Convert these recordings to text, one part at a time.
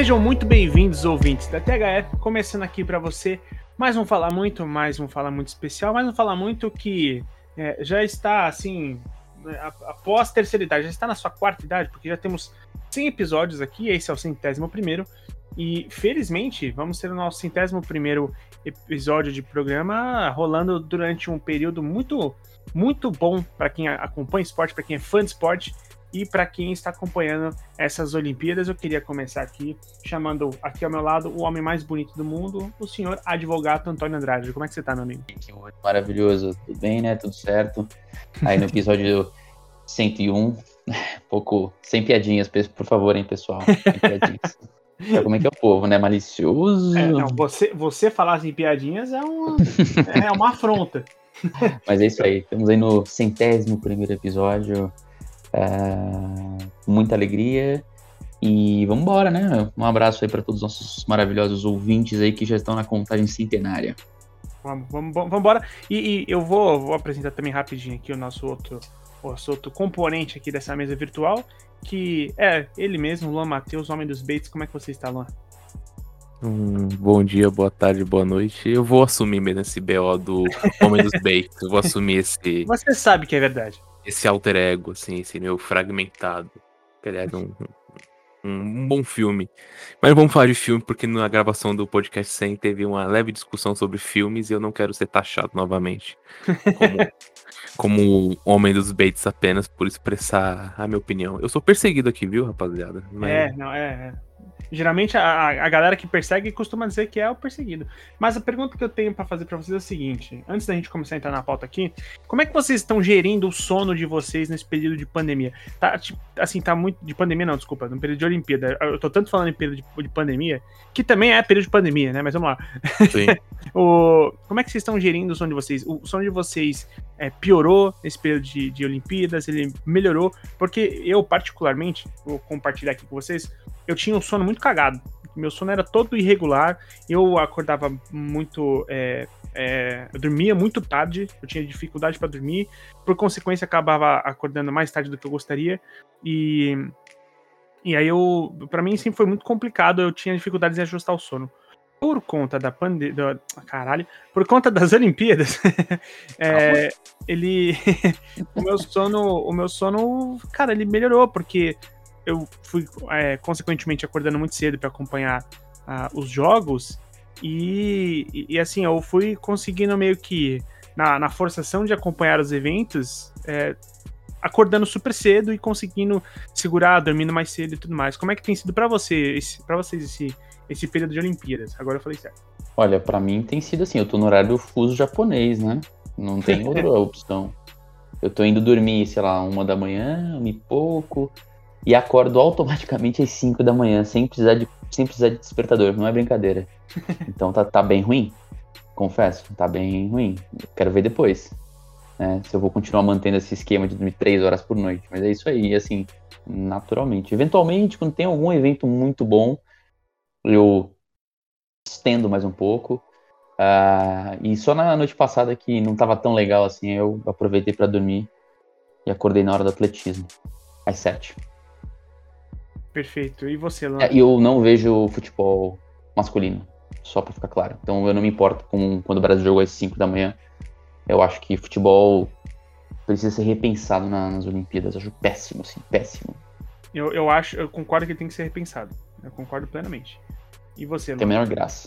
Sejam muito bem-vindos, ouvintes da THF, começando aqui para você mais um Fala Muito, especial, mais um Fala Muito que já está, assim, após terceira idade, já está na sua quarta idade, porque já temos 100 episódios aqui, esse é o 101º, e felizmente vamos ter o nosso 101º episódio de programa rolando durante um período muito, muito bom para quem acompanha esporte, para quem é fã de esporte, e para quem está acompanhando essas Olimpíadas. Eu queria começar aqui chamando aqui ao meu lado o homem mais bonito do mundo, o senhor advogado Antônio Andrade. Como é que você tá, meu amigo? Que maravilhoso. Tudo bem, né? Tudo certo. Aí no episódio 101, um pouco sem piadinhas, por favor, hein, pessoal? Sem piadinhas. Então, como é que é o povo, né? Malicioso. Não, você falar sem piadinhas é uma afronta. Mas é isso aí. Estamos aí no 101º episódio. Muita alegria e vamos embora, né? Um abraço aí para todos os nossos maravilhosos ouvintes aí que já estão na contagem centenária. Vamos embora. E eu vou apresentar também rapidinho aqui o nosso outro componente aqui dessa mesa virtual, que é ele mesmo, Luan Matheus, homem dos baits. Como é que você está, Luan? Bom dia, boa tarde, boa noite. Eu vou assumir mesmo esse BO do homem dos baits. Eu vou assumir esse... Você sabe que é verdade. Esse alter ego, assim, esse meu fragmentado. Que aliás é um bom filme. Mas não vamos falar de filme, porque na gravação do podcast 100 teve uma leve discussão sobre filmes e eu não quero ser taxado novamente como homem dos baits apenas por expressar a minha opinião. Eu sou perseguido aqui, viu, rapaziada? Mas... Geralmente a galera que persegue costuma dizer que é o perseguido. Mas a pergunta que eu tenho pra fazer pra vocês é o seguinte: antes da gente começar a entrar na pauta aqui, como é que vocês estão gerindo o sono de vocês nesse período de pandemia? Tá muito... De pandemia não, desculpa, no período de Olimpíada. Eu tô tanto falando em período de pandemia, que também é período de pandemia, né? Mas vamos lá. Sim. Como é que vocês estão gerindo o sono de vocês? O sono de vocês piorou nesse período de Olimpíadas? Ele melhorou? Porque eu, particularmente, vou compartilhar aqui com vocês, eu tinha um sono muito cagado. Meu sono era todo irregular. Eu acordava muito... eu dormia muito tarde. Eu tinha dificuldade para dormir. Por consequência, acabava acordando mais tarde do que eu gostaria. E aí, para mim, sempre foi muito complicado. Eu tinha dificuldades em ajustar o sono. Por conta da pandemia... Por conta das Olimpíadas, o meu sono, cara, ele melhorou, porque eu fui, consequentemente, acordando muito cedo para acompanhar os jogos, e assim, eu fui conseguindo meio que, na forçação de acompanhar os eventos, acordando super cedo e conseguindo segurar, dormindo mais cedo e tudo mais. Como é que tem sido para vocês esse período de Olimpíadas? Agora eu falei certo. Olha, pra mim tem sido assim, eu tô no horário do fuso japonês, né? Não tem outra opção. Eu tô indo dormir, sei lá, 1 da manhã, 1 e pouco, e acordo automaticamente às 5 da manhã, sem precisar de despertador, não é brincadeira. Então tá bem ruim, confesso, tá bem ruim. Eu quero ver depois, né, se eu vou continuar mantendo esse esquema de dormir 3 horas por noite, mas é isso aí, assim, naturalmente. Eventualmente, quando tem algum evento muito bom, eu estendo mais um pouco. E só na noite passada, que não tava tão legal assim, eu aproveitei pra dormir e acordei na hora do atletismo, às 7. Perfeito. E você, Luan? E eu não vejo futebol masculino, só pra ficar claro. Então eu não me importo com quando o Brasil jogou às 5 da manhã. Eu acho que futebol precisa ser repensado nas Olimpíadas. Eu acho péssimo, assim, péssimo. Eu concordo que ele tem que ser repensado. Eu concordo plenamente. E você, Luan? Tem a menor graça.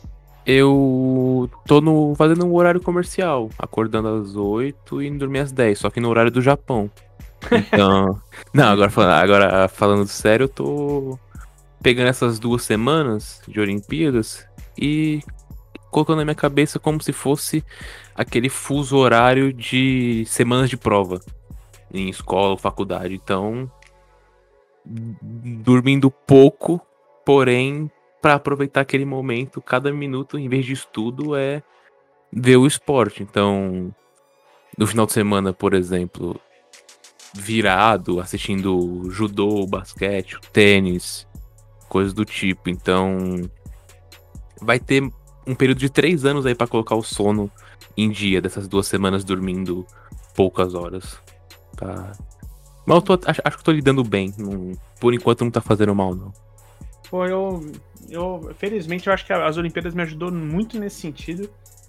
Eu tô fazendo um horário comercial, acordando às 8 e indo dormir às 10, só que no horário do Japão. Então... Não, agora falando sério, eu tô pegando essas 2 semanas de Olimpíadas e colocando na minha cabeça como se fosse aquele fuso horário de semanas de prova em escola ou faculdade. Então, dormindo pouco, porém, para aproveitar aquele momento, cada minuto, em vez de estudo, é ver o esporte. Então, no final de semana, por exemplo, virado, assistindo judô, basquete, tênis, coisas do tipo. Então, vai ter um período de 3 anos aí para colocar o sono em dia, dessas 2 semanas dormindo poucas horas. Tá? Mas acho que eu tô lidando bem. Por enquanto não tá fazendo mal, não. Pô, felizmente, eu acho que as Olimpíadas me ajudou muito nesse sentido,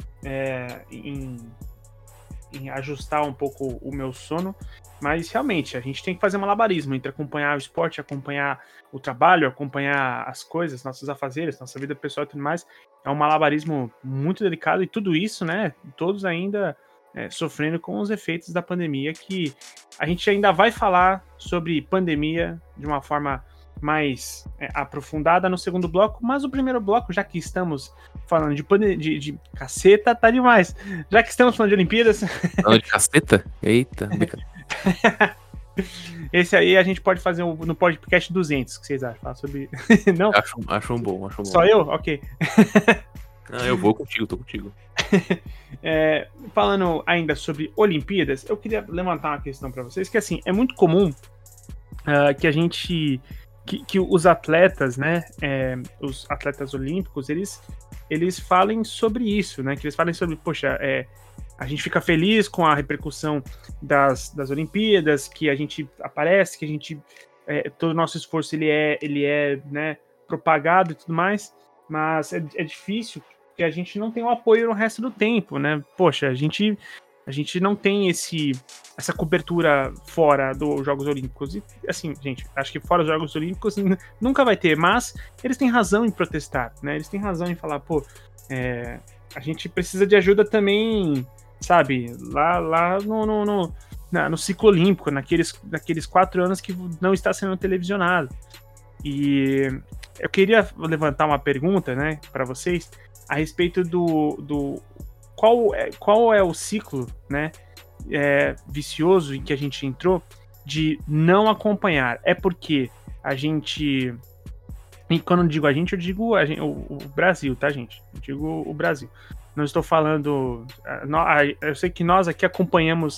em ajustar um pouco o meu sono, mas realmente a gente tem que fazer um malabarismo entre acompanhar o esporte, acompanhar o trabalho, acompanhar as coisas, nossos afazeres, nossa vida pessoal e tudo mais. É um malabarismo muito delicado e tudo isso, né? Todos ainda sofrendo com os efeitos da pandemia, que a gente ainda vai falar sobre pandemia de uma forma mais aprofundada no segundo bloco, mas o primeiro bloco, já que estamos falando de caceta, tá demais. Já que estamos falando de Olimpíadas, Falando de caceta? Eita, esse aí a gente pode fazer no podcast 200, o que vocês acham? Falar sobre... Não? Acho um bom. Só eu? Ok. Não, eu vou contigo, tô contigo. Falando ainda sobre Olimpíadas, eu queria levantar uma questão para vocês, que assim, é muito comum que a gente... Que os atletas, né, os atletas olímpicos, eles falem sobre isso, né, que eles falem sobre, poxa, a gente fica feliz com a repercussão das Olimpíadas, que a gente aparece, que a gente, todo o nosso esforço ele é, né, propagado e tudo mais, mas é difícil porque a gente não tem o apoio no resto do tempo, né, poxa, a gente não tem essa cobertura fora dos Jogos Olímpicos. E, assim, gente, acho que fora dos Jogos Olímpicos nunca vai ter, mas eles têm razão em protestar, né? Eles têm razão em falar, pô, a gente precisa de ajuda também, sabe? Lá no ciclo olímpico, naqueles 4 anos que não está sendo televisionado. E eu queria levantar uma pergunta, né, para vocês, a respeito do qual é o ciclo, né, vicioso em que a gente entrou de não acompanhar. É porque a gente, e quando eu digo a gente, eu digo o Brasil, tá, gente? Eu digo o Brasil. Não estou falando... Eu sei que nós aqui acompanhamos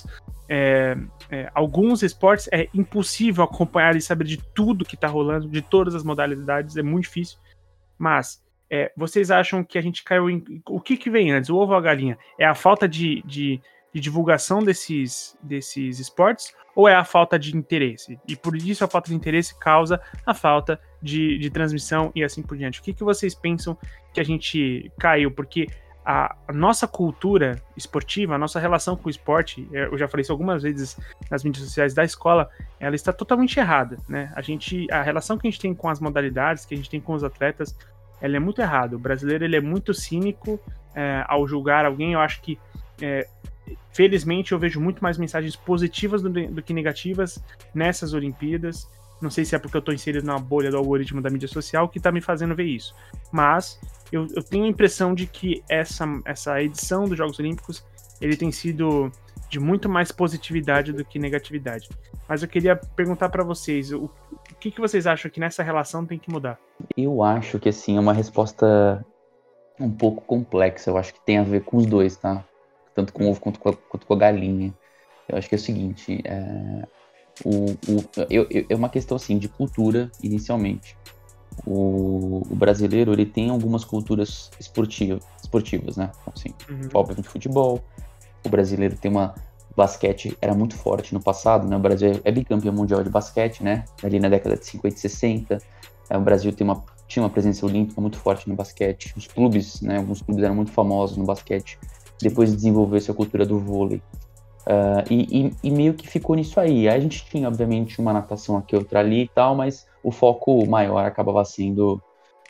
alguns esportes, é impossível acompanhar e saber de tudo que tá rolando, de todas as modalidades, é muito difícil, mas vocês acham que a gente caiu em... O que vem antes, o ovo ou a galinha? É a falta de divulgação desses esportes ou é a falta de interesse? E por isso a falta de interesse causa a falta de transmissão e assim por diante. O que vocês pensam que a gente caiu? Porque a nossa cultura esportiva, a nossa relação com o esporte, eu já falei isso algumas vezes nas mídias sociais da escola, ela está totalmente errada, né? A relação que a gente tem com as modalidades, que a gente tem com os atletas, ela é muito errada. O brasileiro ele é muito cínico ao julgar alguém. Eu acho que, felizmente, eu vejo muito mais mensagens positivas do que negativas nessas Olimpíadas. Não sei se é porque eu estou inserido na bolha do algoritmo da mídia social que está me fazendo ver isso. Mas eu tenho a impressão de que essa edição dos Jogos Olímpicos ele tem sido de muito mais positividade do que negatividade. Mas eu queria perguntar para vocês, o que vocês acham que nessa relação tem que mudar? Eu acho que, assim, é uma resposta um pouco complexa. Eu acho que tem a ver com os dois, tá? Tanto com o ovo quanto com a galinha. Eu acho que é o seguinte, é uma questão, assim, de cultura, inicialmente. O brasileiro, ele tem algumas culturas esportivas, né? Assim, obviamente, futebol. O brasileiro tem basquete era muito forte no passado, né? O Brasil é bicampeão mundial de basquete, né? Ali na década de 50 e 60. O Brasil tinha uma presença olímpica muito forte no basquete. Os clubes, né? Alguns clubes eram muito famosos no basquete. Depois desenvolveu-se a cultura do vôlei. E meio que ficou nisso aí. Aí a gente tinha, obviamente, uma natação aqui, outra ali e tal, mas o foco maior acabava sendo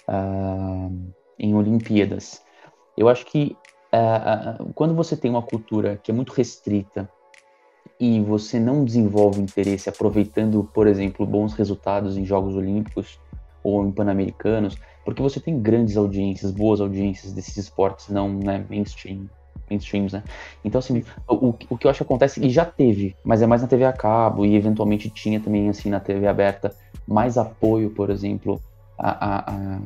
em Olimpíadas. Eu acho que quando você tem uma cultura que é muito restrita e você não desenvolve interesse aproveitando, por exemplo, bons resultados em Jogos Olímpicos ou em Pan-Americanos, porque você tem grandes audiências, boas audiências desses esportes não, né, mainstreams, né? Então, assim, o que eu acho que acontece, e já teve, mas é mais na TV a cabo, e eventualmente tinha também, assim, na TV aberta, mais apoio, por exemplo, a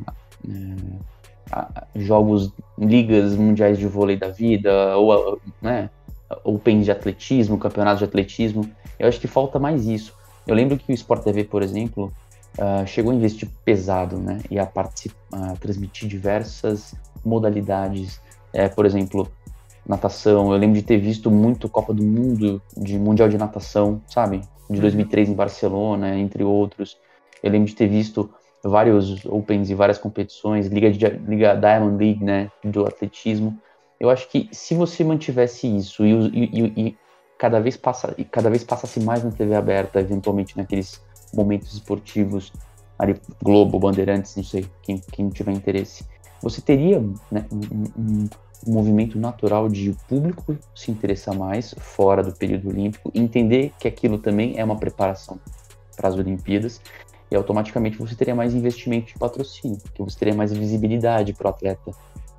jogos, ligas mundiais de vôlei da vida, ou, né, Open de atletismo, campeonatos de atletismo. Eu acho que falta mais isso. Eu lembro que o Sport TV, por exemplo, chegou a investir pesado, né, e a transmitir diversas modalidades, por exemplo, natação. Eu lembro de ter visto muito Copa do Mundo, de Mundial de Natação, sabe? De 2003 em Barcelona, entre outros. Eu lembro de ter visto vários Opens e várias competições, Liga Diamond League, né, do atletismo. Eu acho que se você mantivesse isso e cada vez passasse mais na TV aberta, eventualmente naqueles momentos esportivos, ali, Globo, Bandeirantes, não sei, quem tiver interesse, você teria, né, um movimento natural de o público se interessar mais fora do período olímpico, entender que aquilo também é uma preparação para as Olimpíadas, e automaticamente você teria mais investimento de patrocínio, porque você teria mais visibilidade para o atleta.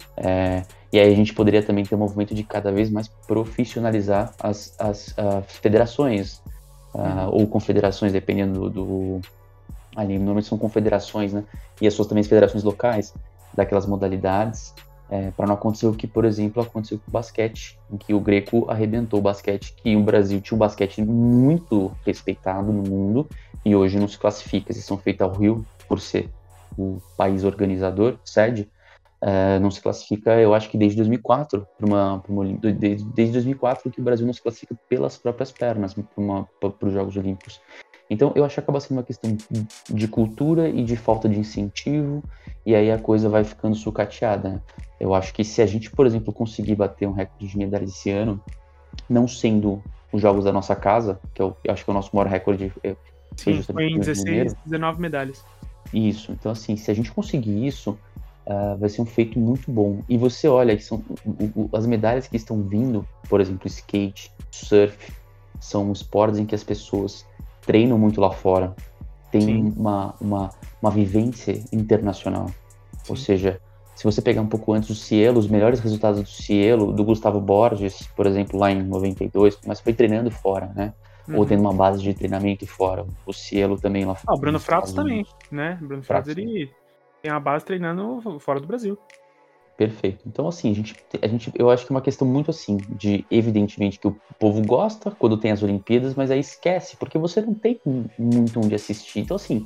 E aí a gente poderia também ter um movimento de cada vez mais profissionalizar as federações, ou confederações, dependendo ali, normalmente são confederações, né? E as suas também as federações locais daquelas modalidades, para não acontecer o que, por exemplo, aconteceu com o basquete, em que o Greco arrebentou o basquete, que o Brasil tinha um basquete muito respeitado no mundo, e hoje não se classifica. Eles são feitos ao Rio, por ser o país organizador, sede, não se classifica, eu acho que desde 2004, desde 2004 que o Brasil não se classifica pelas próprias pernas para os Jogos Olímpicos. Então, eu acho que acaba sendo uma questão de cultura e de falta de incentivo, e aí a coisa vai ficando sucateada, né? Eu acho que se a gente, por exemplo, conseguir bater um recorde de medalhas esse ano, não sendo os Jogos da nossa casa, que eu acho que é o nosso maior recorde, Sim, foi em 16, 19 medalhas. Isso, então assim, se a gente conseguir isso, vai ser um feito muito bom. E você olha que são as medalhas que estão vindo, por exemplo, skate, surf, são esportes em que as pessoas treinam muito lá fora, tem uma vivência internacional. Sim. Ou seja, se você pegar um pouco antes do Cielo, os melhores resultados do Cielo, do Gustavo Borges, por exemplo, lá em 92, mas foi treinando fora, né? Ou tendo uma base de treinamento fora. O Cielo também lá fora. O Bruno Fratos também, né? O Bruno Fratos, ele tem uma base treinando fora do Brasil. Perfeito. Então, assim, eu acho que é uma questão muito assim, de evidentemente que o povo gosta quando tem as Olimpíadas, mas aí esquece, porque você não tem muito onde assistir. Então, assim,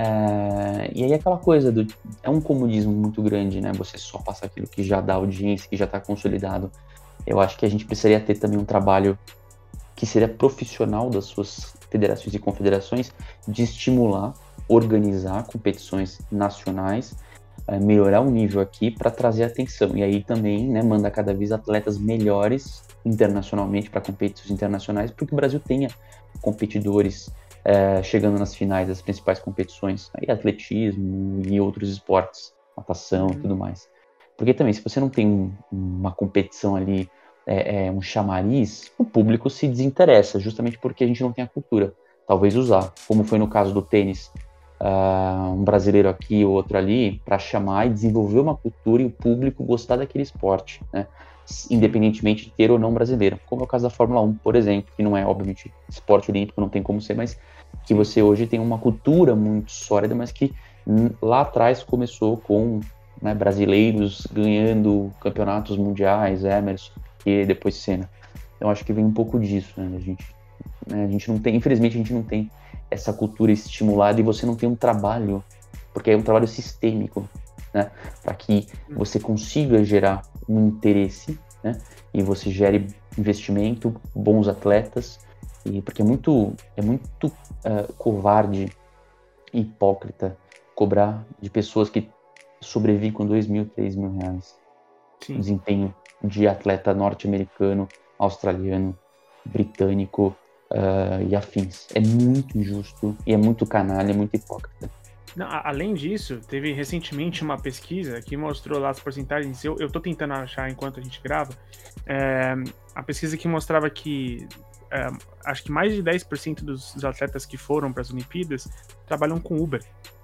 e aí aquela coisa é um comodismo muito grande, né? Você só passa aquilo que já dá audiência, que já está consolidado. Eu acho que a gente precisaria ter também um trabalho que seria profissional das suas federações e confederações de estimular, organizar competições nacionais, melhorar o nível aqui para trazer atenção. E aí também, né, mandar cada vez atletas melhores internacionalmente para competições internacionais, porque o Brasil tenha competidores chegando nas finais das principais competições, aí atletismo e outros esportes, natação e tudo mais. Porque também, se você não tem uma competição ali, um chamariz, o público se desinteressa, justamente porque a gente não tem a cultura. Talvez usar, como foi no caso do tênis, um brasileiro aqui, outro ali, para chamar e desenvolver uma cultura e o público gostar daquele esporte, né? Independentemente de ter ou não brasileiro. Como é o caso da Fórmula 1, por exemplo, que não é, obviamente, esporte olímpico, não tem como ser, mas que você hoje tem uma cultura muito sólida, mas que lá atrás começou com, né, brasileiros ganhando campeonatos mundiais, Emerson, e depois Senna. Então acho que vem um pouco disso, né? A gente não tem, infelizmente a gente não tem essa cultura estimulada e você não tem um trabalho, porque é um trabalho sistêmico, né? Para que você consiga gerar um interesse, né? E você gere investimento, bons atletas, e porque é muito covarde e hipócrita cobrar de pessoas que sobrevivem com R$2.000, R$3.000. Sim. O desempenho de atleta norte-americano, australiano, britânico e afins. É muito injusto e é muito canalha, é muito hipócrita. Não, além disso, teve recentemente uma pesquisa que mostrou lá as porcentagens. Eu tô tentando achar enquanto a gente grava. A pesquisa que mostrava que acho que mais de 10% dos atletas que foram para as Olimpíadas trabalham com Uber.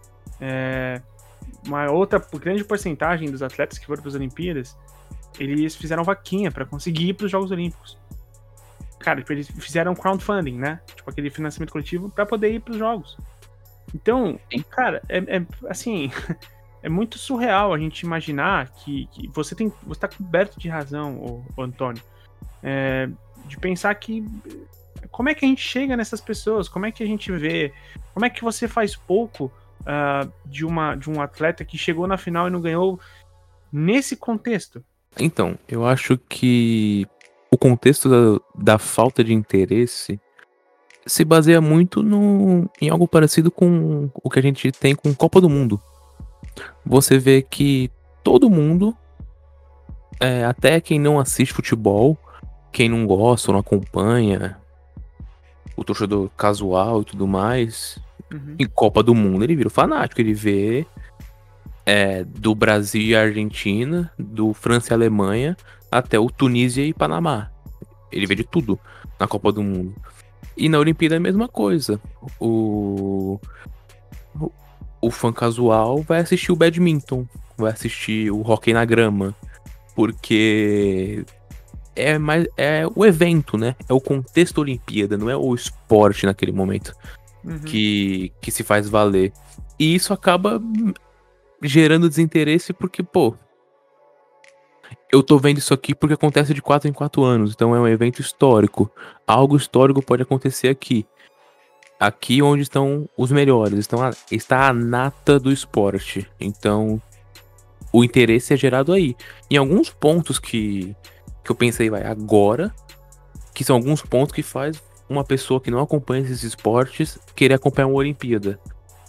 Uma outra grande porcentagem dos atletas que foram para as Olimpíadas, eles fizeram vaquinha para conseguir ir para os Jogos Olímpicos. Cara, eles fizeram crowdfunding, né? Tipo aquele financiamento coletivo para poder ir para os Jogos. Então, cara, assim, é muito surreal a gente imaginar que você tá coberto de razão, ô Antônio, de pensar que como é que a gente chega nessas pessoas, como é que a gente vê, como é que você faz pouco de um atleta que chegou na final e não ganhou nesse contexto? Então, eu acho que o contexto da falta de interesse se baseia muito em algo parecido com o que a gente tem com Copa do Mundo. Você vê que todo mundo, até quem não assiste futebol, quem não gosta ou não acompanha, o torcedor casual e tudo mais, em Copa do Mundo ele vira fanático, ele vê do Brasil e Argentina, do França e Alemanha, até o Tunísia e Panamá. Ele vê de tudo na Copa do Mundo. E na Olimpíada é a mesma coisa. O fã casual vai assistir o badminton, vai assistir o hóquei na grama, porque é o evento, né? É o contexto Olimpíada, não é o esporte naquele momento que se faz valer. E isso acaba gerando desinteresse porque, pô, eu tô vendo isso aqui porque acontece de 4 em 4 anos, então é um evento histórico. Algo histórico pode acontecer aqui. Aqui onde estão os melhores, está a nata do esporte. Então, o interesse é gerado aí. Em alguns pontos que eu pensei, agora, que são alguns pontos que faz uma pessoa que não acompanha esses esportes querer acompanhar uma Olimpíada.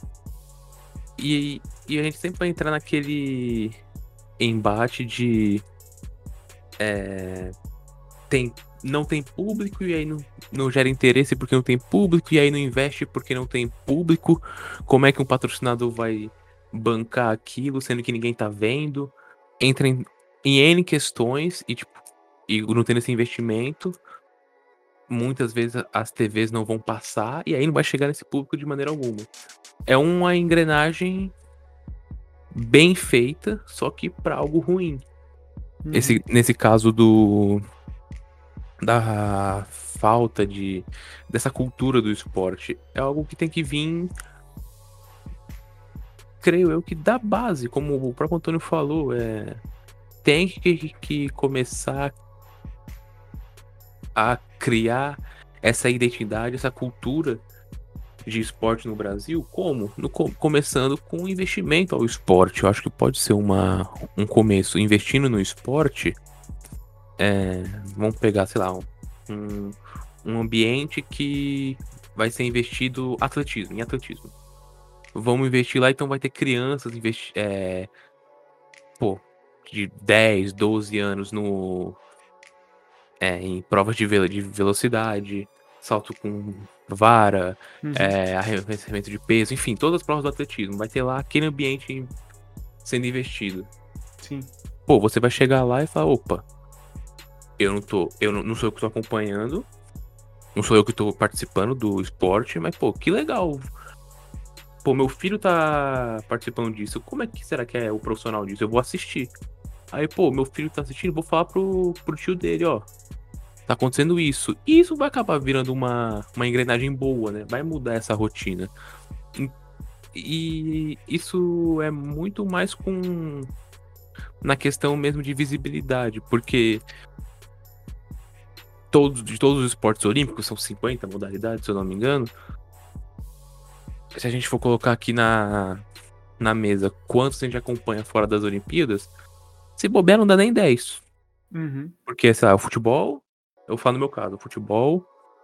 E a gente sempre vai entrar naquele embate de não tem público e aí não gera interesse porque não tem público e aí não investe porque não tem público. Como é que um patrocinador vai bancar aquilo sendo que ninguém tá vendo? Entra em N questões e não tendo esse investimento, muitas vezes as TVs não vão passar e aí não vai chegar nesse público de maneira alguma. É uma engrenagem bem feita, só que para algo ruim. Nesse caso da falta dessa cultura do esporte, é algo que tem que vir, creio eu, que da base, como o próprio Antônio falou, tem que começar a criar essa identidade, essa cultura de esporte no Brasil. Como? Começando com investimento ao esporte. Eu acho que pode ser um começo. Investindo no esporte, vamos pegar, sei lá, um ambiente que vai ser investido em atletismo. Vamos investir lá, então vai ter crianças de 10, 12 anos em provas de velocidade, salto com vara, arremessamento de peso, enfim, todas as provas do atletismo. Vai ter lá aquele ambiente sendo investido. Sim. Pô, você vai chegar lá e falar, opa, eu não sou eu que tô acompanhando, não sou eu que tô participando do esporte, mas, pô, que legal. Pô, meu filho tá participando disso, como é que será que é o profissional disso? Eu vou assistir. Aí, pô, meu filho tá assistindo, vou falar pro tio dele, ó, tá acontecendo isso. E isso vai acabar virando uma engrenagem boa, né? Vai mudar essa rotina. E isso é muito mais na questão mesmo de visibilidade, porque de todos os esportes olímpicos, são 50 modalidades, se eu não me engano. Se a gente for colocar aqui na mesa quantos a gente acompanha fora das Olimpíadas, se bobear não dá nem 10. Porque, sei lá, o futebol, eu falo no meu caso, futebol,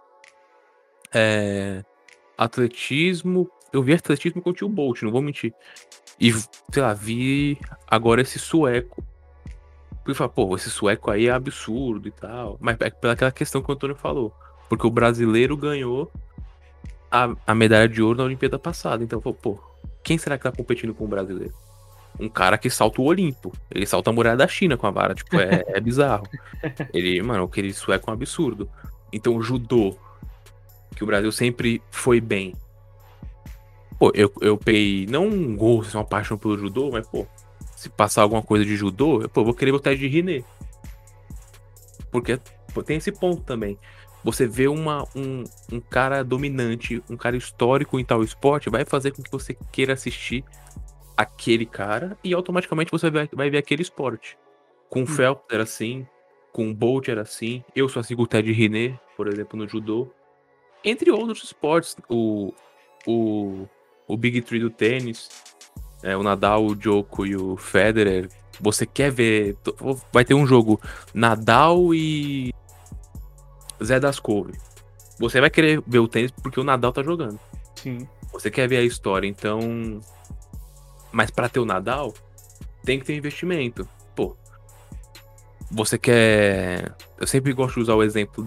atletismo, eu vi atletismo com o tio Bolt, não vou mentir. E, sei lá, vi agora esse sueco. Porque fala, pô, esse sueco aí é absurdo e tal. Mas é pelaquela questão que o Antônio falou. Porque o brasileiro ganhou a medalha de ouro na Olimpíada passada. Então, pô, quem será que tá competindo com o brasileiro? Um cara que salta o Olimpo. Ele salta a muralha da China com a vara. Tipo, é bizarro. Aquele sueco é um absurdo. Então, o judô, que o Brasil sempre foi bem. Pô, eu peguei, não um gosto, uma paixão pelo judô, mas, pô, se passar alguma coisa de judô, eu vou querer botar de Riné. Porque tem esse ponto também. Você vê um cara dominante, um cara histórico em tal esporte, vai fazer com que você queira assistir aquele cara e automaticamente você vai ver aquele esporte. Com o Phelps era assim, com o Bolt era assim, eu só sigo o Ted Riné, por exemplo, no judô. Entre outros esportes, o Big Three do tênis, o Nadal, o Djoko e o Federer. Você quer ver... Vai ter um jogo Nadal e Zé das Couve. Você vai querer ver o tênis porque o Nadal tá jogando. Sim. Você quer ver a história, então... Mas pra ter o Nadal, tem que ter investimento. Pô, você quer... Eu sempre gosto de usar o exemplo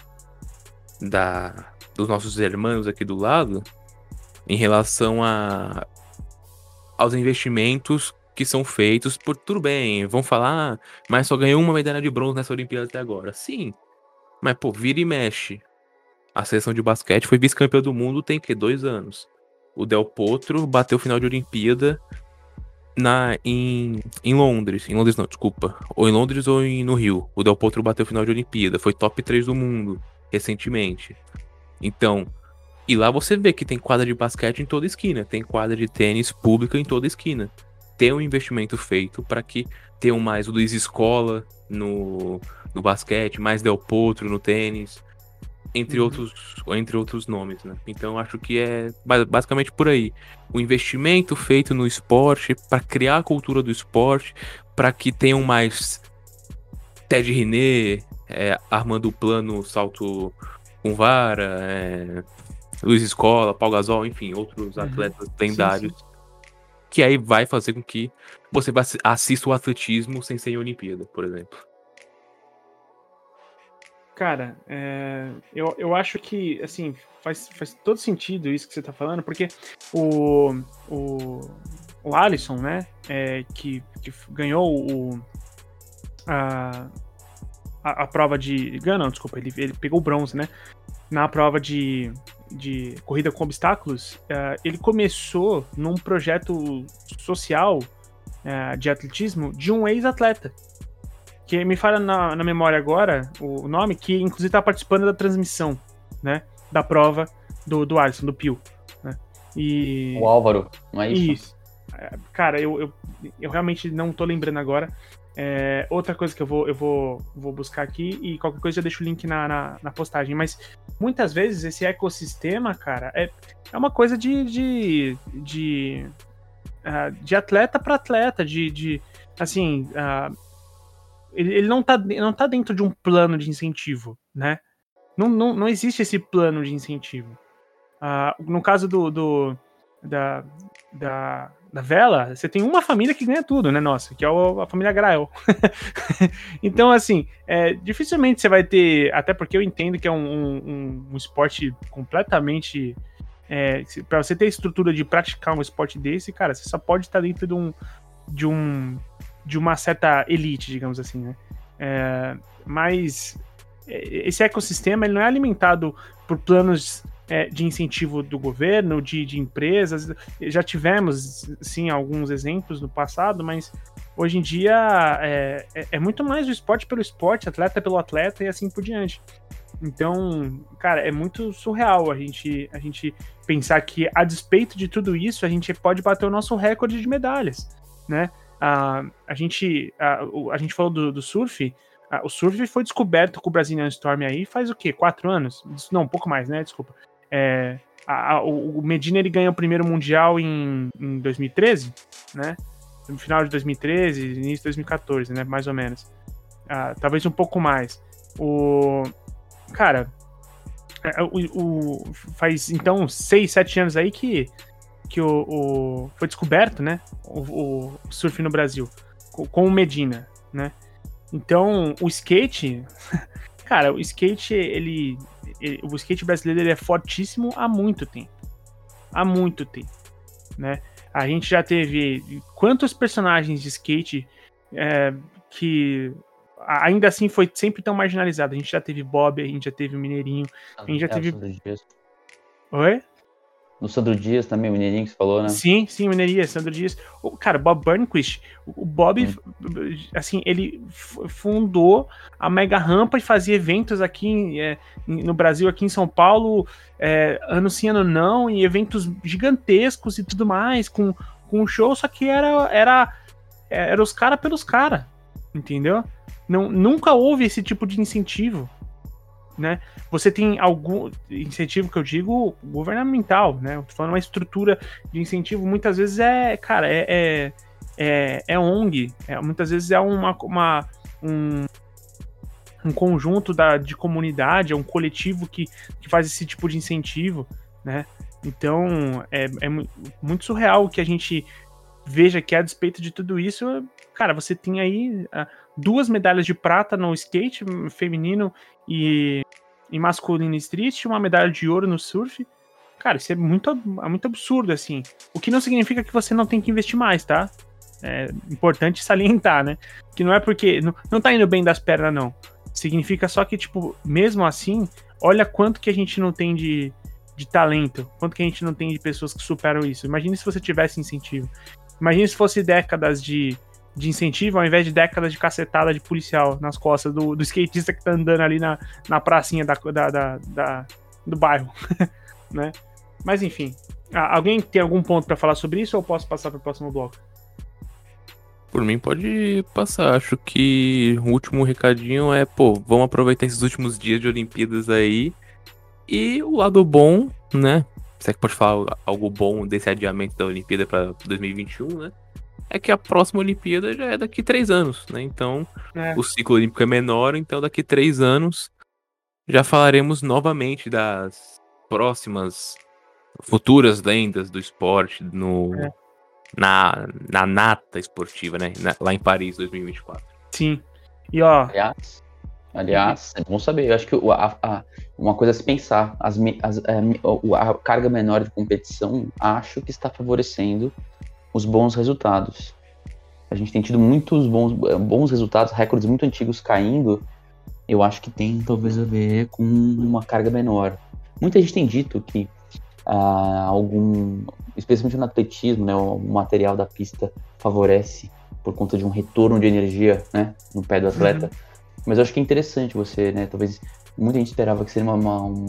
dos nossos irmãos aqui do lado, em relação aos investimentos que são feitos por... Tudo bem, vão falar, mas só ganhou uma medalha de bronze nessa Olimpíada até agora. Sim, mas pô, vira e mexe. A seleção de basquete foi vice-campeã do mundo tem que 2 anos. O Del Potro bateu final de Olimpíada em Londres. Em Londres não, desculpa. Ou em Londres ou no Rio. O Del Potro bateu final de Olimpíada. Foi top 3 do mundo recentemente. Então, e lá você vê que tem quadra de basquete em toda esquina. Tem quadra de tênis pública em toda esquina. Tem um investimento feito para que tenham mais o Luiz Scola no basquete, mais Del Potro no tênis. Entre outros nomes, né? Então acho que é basicamente por aí. O investimento feito no esporte para criar a cultura do esporte, para que tenham mais Ted René, Armando Plano, salto com vara, Luiz Scola, Pau Gasol, enfim, outros atletas lendários. Sim. Que aí vai fazer com que você assista o atletismo sem ser em Olimpíada, por exemplo. Cara, eu acho que, assim, faz todo sentido isso que você tá falando, porque o Alisson, né, que ganhou a prova de... Não, desculpa, ele pegou o bronze, né, na prova de corrida com obstáculos. Ele começou num projeto social de atletismo de um ex-atleta, que me fala na memória agora o nome, que inclusive tá participando da transmissão, né, da prova do Alisson, do Pio, né? E... O Álvaro, não é isso? Isso. Cara, eu realmente não tô lembrando agora. Outra coisa que eu vou buscar aqui, e qualquer coisa eu deixo o link na postagem, mas muitas vezes esse ecossistema, cara, é uma coisa de atleta para atleta, assim... Ele não tá dentro de um plano de incentivo, né? Não existe esse plano de incentivo. No caso da vela, você tem uma família que ganha tudo, né? Nossa, que é a família Grael. Então, assim, dificilmente você vai ter... Até porque eu entendo que é um esporte completamente... para você ter a estrutura de praticar um esporte desse, cara, você só pode estar dentro de uma certa elite, digamos assim, né? Mas esse ecossistema ele não é alimentado por planos de incentivo do governo, de empresas. Já tivemos, sim, alguns exemplos no passado, mas hoje em dia é muito mais o esporte pelo esporte, atleta pelo atleta e assim por diante. Então, cara, é muito surreal a gente pensar que, a despeito de tudo isso, a gente pode bater o nosso recorde de medalhas, né? A gente falou do surf. O surf foi descoberto com o Brazilian Storm aí faz o quê? 4 anos? Não, um pouco mais, né? Desculpa. O Medina ele ganhou o primeiro mundial em 2013, né? No final de 2013, início de 2014, né? Mais ou menos. Talvez um pouco mais. Faz então 6, 7 anos aí que foi descoberto, né, o surf no Brasil, com o Medina, né? Então, o skate, cara, o skate, o skate brasileiro ele é fortíssimo há muito tempo, né? A gente já teve quantos personagens de skate que ainda assim foi sempre tão marginalizado. A gente já teve Bob, a gente já teve o Mineirinho, a gente já teve... Oi? No Sandro Dias também, o Mineirinho que você falou, né? Sim, Mineirinho, Sandro Dias. Cara, Bob Burnquist, o Bob, assim, ele fundou a Mega Rampa e fazia eventos aqui no Brasil, aqui em São Paulo, ano sim, ano não, e eventos gigantescos e tudo mais, com um show, só que era os caras pelos caras, entendeu? Nunca houve esse tipo de incentivo, né? Você tem algum incentivo que eu digo governamental, né? Eu tô falando uma estrutura de incentivo, muitas vezes ONG, muitas vezes é um um conjunto de comunidade, é um coletivo que faz esse tipo de incentivo, né? Então, é muito surreal que a gente veja que, a despeito de tudo isso, cara, você tem aí 2 medalhas de prata no skate feminino e masculino street, uma medalha de ouro no surf. Cara, isso é muito absurdo, assim. O que não significa que você não tem que investir mais, tá? É importante salientar, né? Que não é porque não tá indo bem das pernas, não. Significa só que, tipo, mesmo assim, olha quanto que a gente não tem de talento, quanto que a gente não tem de pessoas que superam isso. Imagine se você tivesse incentivo. Imagine se fosse décadas de incentivo, ao invés de décadas de cacetada de policial nas costas do skatista que tá andando ali na pracinha do bairro, né? Mas enfim, alguém tem algum ponto pra falar sobre isso ou eu posso passar pro próximo bloco? Por mim, pode passar. Acho que o último recadinho é, vamos aproveitar esses últimos dias de Olimpíadas aí. E o lado bom, né? Se é que pode falar algo bom desse adiamento da Olimpíada para 2021, né? É que a próxima Olimpíada já é daqui 3 anos, né? Então, o ciclo olímpico é menor, então daqui 3 anos já falaremos novamente das próximas futuras lendas do esporte na nata esportiva, né? Lá em Paris, 2024. Sim. E ó. Aliás, é bom saber. Eu acho que uma coisa a se pensar, a carga menor de competição, acho que está favorecendo os bons resultados. A gente tem tido muitos bons resultados, recordes muito antigos caindo. Eu acho que tem talvez a ver com uma carga menor. Muita gente tem dito que especialmente no atletismo, né, o material da pista favorece por conta de um retorno de energia, né, no pé do atleta. Mas eu acho que é interessante você, né, talvez muita gente esperava que seria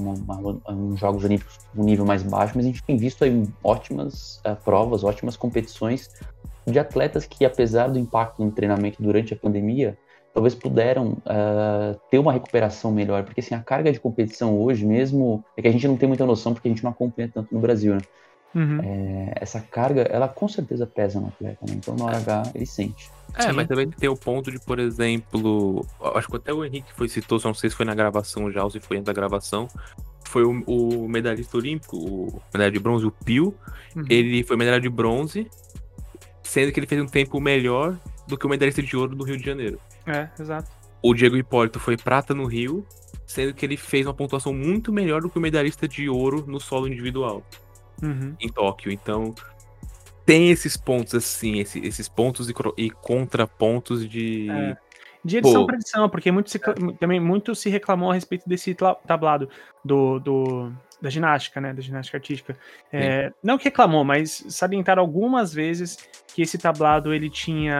um Jogos Olímpicos um nível mais baixo, mas a gente tem visto aí ótimas provas, ótimas competições de atletas que, apesar do impacto no treinamento durante a pandemia, talvez puderam ter uma recuperação melhor, porque assim, a carga de competição hoje mesmo, é que a gente não tem muita noção porque a gente não acompanha tanto no Brasil, né? Essa carga, ela com certeza pesa no atleta, né? Então na hora H ele sente. Mas também tem o ponto de, por exemplo, acho que até o Henrique citou, só não sei se foi na gravação já ou se foi antes da gravação, foi o medalhista olímpico, o medalha de bronze, o Pio, ele foi medalha de bronze, sendo que ele fez um tempo melhor do que o medalhista de ouro do Rio de Janeiro. Exato. O Diego Hipólito foi prata no Rio, sendo que ele fez uma pontuação muito melhor do que o medalhista de ouro no solo individual em Tóquio. Então, tem esses pontos assim, esses pontos e contrapontos de edição para edição, porque também muito se reclamou a respeito desse tablado da ginástica, né, da ginástica artística. Não que reclamou, mas salientaram algumas vezes que esse tablado ele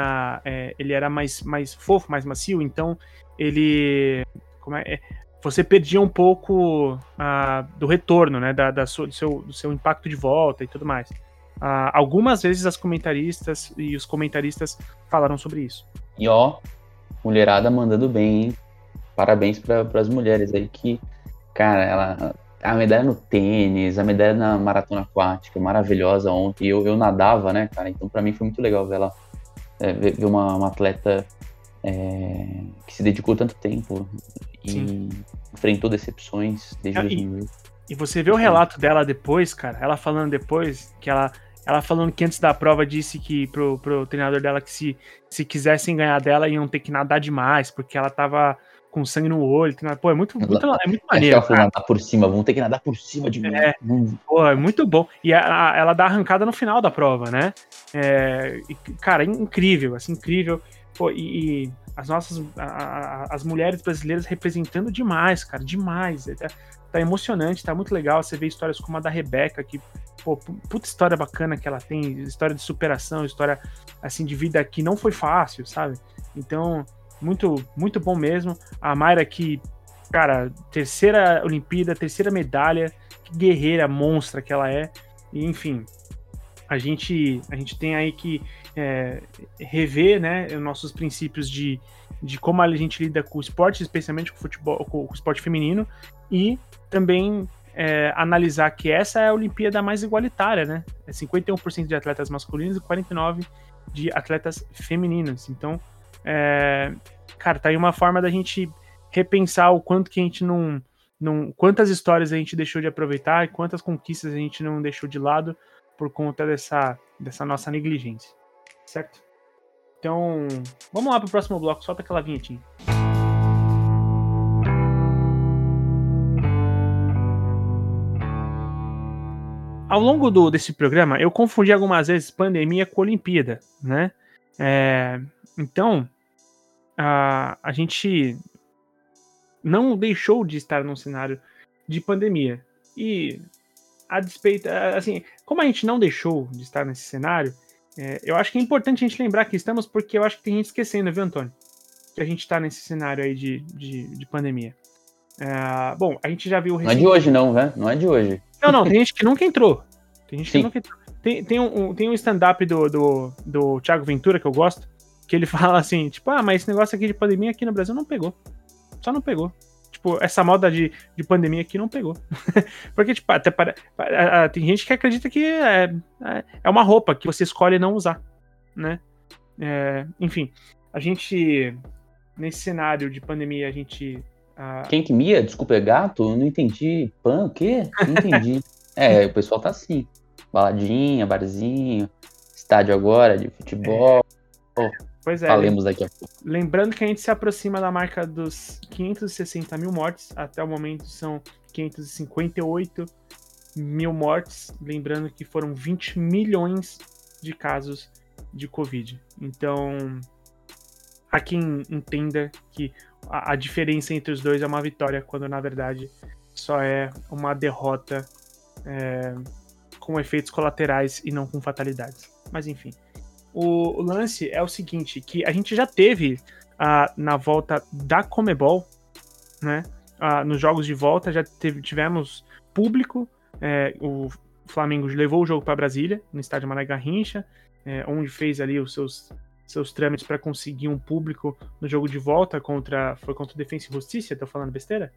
era mais fofo, mais macio, então ele você perdia um pouco do retorno, né, do seu impacto de volta e tudo mais. Algumas vezes as comentaristas e os comentaristas falaram sobre isso. E ó, mulherada mandando bem, hein? Parabéns para as mulheres aí que, cara, a medalha no tênis, a medalha na maratona aquática, maravilhosa ontem. Eu nadava, né, cara? Então pra mim foi muito legal ver ela, ver uma atleta que se dedicou tanto tempo e enfrentou decepções desde 2008. E você vê o relato dela depois, cara, ela falando depois que ela falando que antes da prova disse que pro treinador dela que se quisessem ganhar dela iam ter que nadar demais, porque ela tava com sangue no olho. Pô, é muito maneiro. Acho que ela falou nadar por cima, vão ter que nadar por cima de mim. Pô, é muito bom. E ela dá arrancada no final da prova, né? Cara, incrível, assim, incrível. Pô, e as mulheres brasileiras representando demais, cara, demais. Tá emocionante, tá muito legal. Você vê histórias como a da Rebeca, que, pô, puta história bacana que ela tem, história de superação, história, assim, de vida que não foi fácil, sabe? Então, muito, muito bom mesmo. A Mayra que, cara, terceira Olimpíada, terceira medalha, que guerreira, monstra que ela é. E, enfim, a gente tem aí que rever, né, os nossos princípios de como a gente lida com o esporte, especialmente com o futebol, com o esporte feminino, e também analisar que essa é a Olimpíada mais igualitária, né? É 51% de atletas masculinos e 49% de atletas femininos. Então, cara, tá aí uma forma da gente repensar o quanto que a gente não quantas histórias a gente deixou de aproveitar e quantas conquistas a gente não deixou de lado por conta dessa nossa negligência, certo? Então, vamos lá pro próximo bloco, solta aquela vinhetinha. Ao longo desse programa, eu confundi algumas vezes pandemia com Olimpíada, né? Então, a gente não deixou de estar num cenário de pandemia. E, a despeito, assim, como a gente não deixou de estar nesse cenário, eu acho que é importante a gente lembrar que estamos, porque eu acho que tem gente esquecendo, viu, Antônio? Que a gente está nesse cenário aí de pandemia. Bom, a gente já viu... Não é de hoje não, né? Não é de hoje. Não, tem gente que nunca entrou. Tem gente que nunca entrou. Tem um stand-up do Thiago Ventura, que eu gosto, que ele fala assim, tipo, mas esse negócio aqui de pandemia aqui no Brasil não pegou. Só não pegou. Tipo, essa moda de pandemia aqui não pegou. Porque, tipo, até tem gente que acredita que é uma roupa que você escolhe não usar, né? Enfim, a gente, nesse cenário de pandemia, a gente... Quem que mia? Desculpa, é gato? Eu não entendi. Pan, o quê? Não entendi. O pessoal tá assim. Baladinha, barzinho, estádio agora de futebol. Pois é. Falemos daqui a pouco. Lembrando que a gente se aproxima da marca dos 560 mil mortes. Até o momento são 558 mil mortes. Lembrando que foram 20 milhões de casos de Covid. Então, há quem entenda que a diferença entre os dois é uma vitória, quando na verdade só é uma derrota com efeitos colaterais e não com fatalidades. Mas enfim, o lance é o seguinte, que a gente já teve na volta da Conmebol, né? Nos jogos de volta já tivemos público, o Flamengo levou o jogo para Brasília, no estádio Mané Garrincha, onde fez ali os seus trâmites para conseguir um público no jogo de volta foi contra o Defensa e Justiça, tô falando besteira?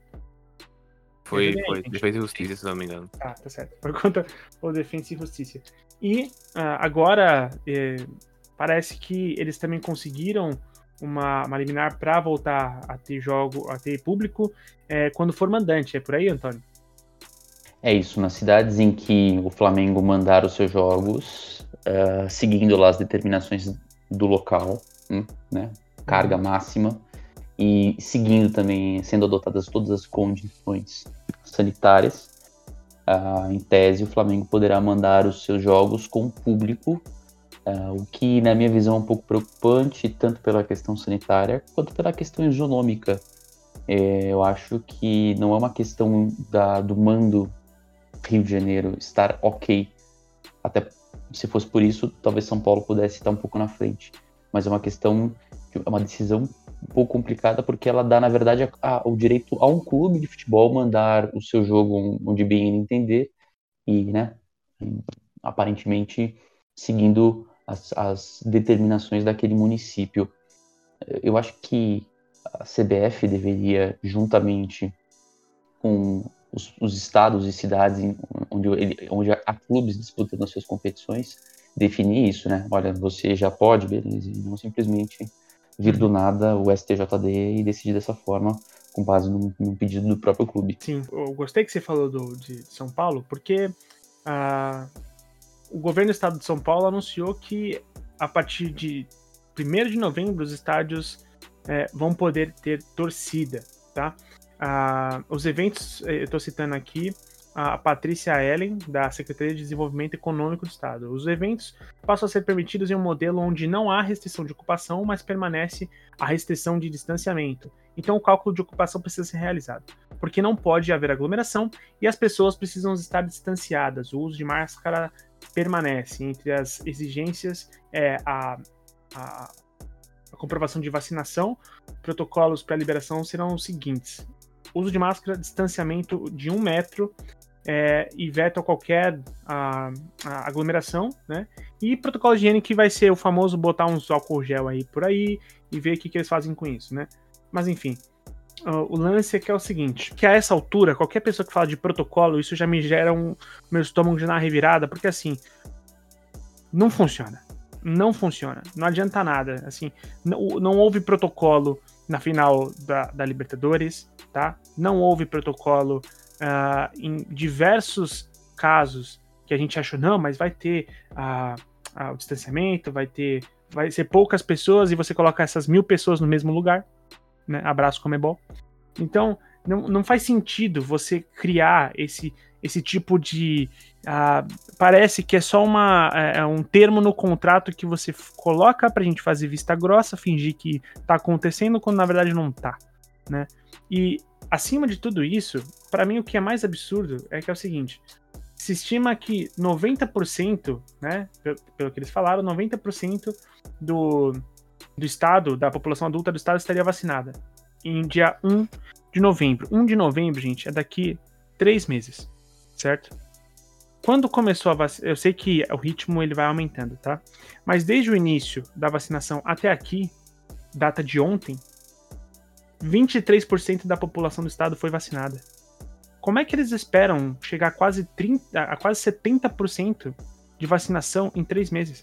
Foi Defensa e Justiça, se não me engano. Tá certo. Foi contra o Defensa e Justiça. E agora parece que eles também conseguiram uma liminar para voltar a ter a ter público quando for mandante. É por aí, Antônio? É isso, nas cidades em que o Flamengo mandar os seus jogos, seguindo lá as determinações do local, né? Carga máxima, e seguindo também, sendo adotadas todas as condições sanitárias, em tese o Flamengo poderá mandar os seus jogos com público, o que na minha visão é um pouco preocupante, tanto pela questão sanitária quanto pela questão econômica. Eu acho que não é uma questão do mando Rio de Janeiro estar ok, até se fosse por isso, talvez São Paulo pudesse estar um pouco na frente, mas é uma decisão um pouco complicada, porque ela dá, na verdade, o direito a um clube de futebol mandar o seu jogo onde bem ele entender, e, né, aparentemente seguindo as determinações daquele município. Eu acho que a CBF deveria, juntamente com os estados e cidades onde há clubes disputando as suas competições, definir isso, né? Olha, você já pode, beleza, e não simplesmente vir do nada o STJD e decidir dessa forma com base num pedido do próprio clube. Sim, eu gostei que você falou de São Paulo, porque o governo do estado de São Paulo anunciou que a partir de 1º de novembro os estádios vão poder ter torcida, tá? Os eventos, eu estou citando aqui a Patrícia Ellen, da Secretaria de Desenvolvimento Econômico do Estado. Os eventos passam a ser permitidos em um modelo onde não há restrição de ocupação, mas permanece a restrição de distanciamento. Então o cálculo de ocupação precisa ser realizado, porque não pode haver aglomeração e as pessoas precisam estar distanciadas. O uso de máscara permanece. Entre as exigências a comprovação de vacinação. Protocolos para liberação serão os seguintes: uso de máscara, distanciamento de 1 metro, e veto a qualquer aglomeração, né? E protocolo de higiene, que vai ser o famoso botar uns álcool gel aí por aí e ver o que eles fazem com isso, né? Mas enfim, o lance é que é o seguinte, que a essa altura, qualquer pessoa que fala de protocolo, isso já me gera meu estômago já na revirada, porque assim, não funciona. Não funciona, não adianta nada, assim, não houve protocolo na final da Libertadores, tá? Não houve protocolo em diversos casos que a gente achou, não, mas vai ter o distanciamento, vai ser poucas pessoas e você coloca essas 1.000 pessoas no mesmo lugar, né? Abraço Conmebol. Então, não faz sentido você criar esse tipo de... parece que é só um termo no contrato que você coloca pra gente fazer vista grossa, fingir que tá acontecendo, quando na verdade não tá, né? E, acima de tudo isso, pra mim o que é mais absurdo é que é o seguinte: se estima que 90%, né, pelo que eles falaram, 90% do estado, da população adulta do estado estaria vacinada em dia 1 de novembro. 1 de novembro, gente, é daqui 3 meses, certo? Quando começou a vacinação, eu sei que o ritmo ele vai aumentando, tá? Mas desde o início da vacinação até aqui, data de ontem, 23% da população do estado foi vacinada. Como é que eles esperam chegar a quase 70% de vacinação em 3 meses?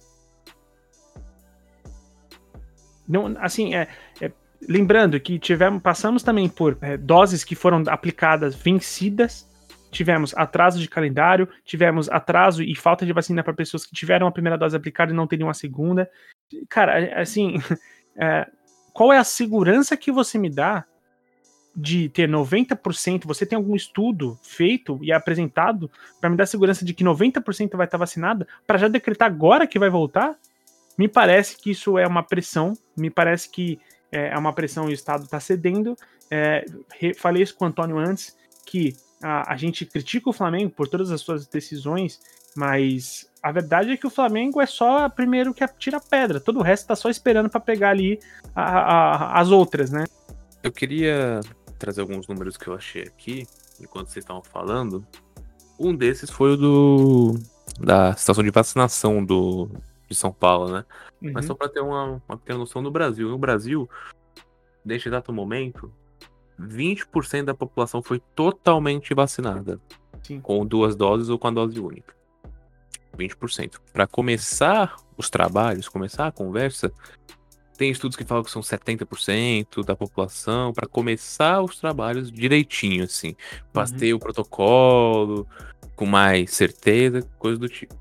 Não, assim, lembrando que passamos também por doses que foram aplicadas vencidas, tivemos atraso de calendário, tivemos atraso e falta de vacina para pessoas que tiveram a primeira dose aplicada e não teriam a segunda. Cara, assim, qual é a segurança que você me dá de ter 90%? Você tem algum estudo feito e apresentado para me dar segurança de que 90% vai estar vacinada para já decretar agora que vai voltar? Me parece que isso é uma pressão, me parece que é uma pressão e o Estado está cedendo. Falei isso com o Antônio antes, que a gente critica o Flamengo por todas as suas decisões, mas a verdade é que o Flamengo é só primeiro que tira a pedra, todo o resto está só esperando para pegar ali as outras, né? Eu queria trazer alguns números que eu achei aqui, enquanto vocês estavam falando. Um desses foi o da situação de vacinação de São Paulo, né? Uhum. Mas só para ter uma pequena noção no Brasil. No Brasil, neste exato momento, 20% da população foi totalmente vacinada. Sim. Com 2 doses ou com a dose única. 20%. Para começar os trabalhos, começar a conversa, tem estudos que falam que são 70% da população para começar os trabalhos direitinho, assim. Para ter o protocolo com mais certeza, coisa do tipo.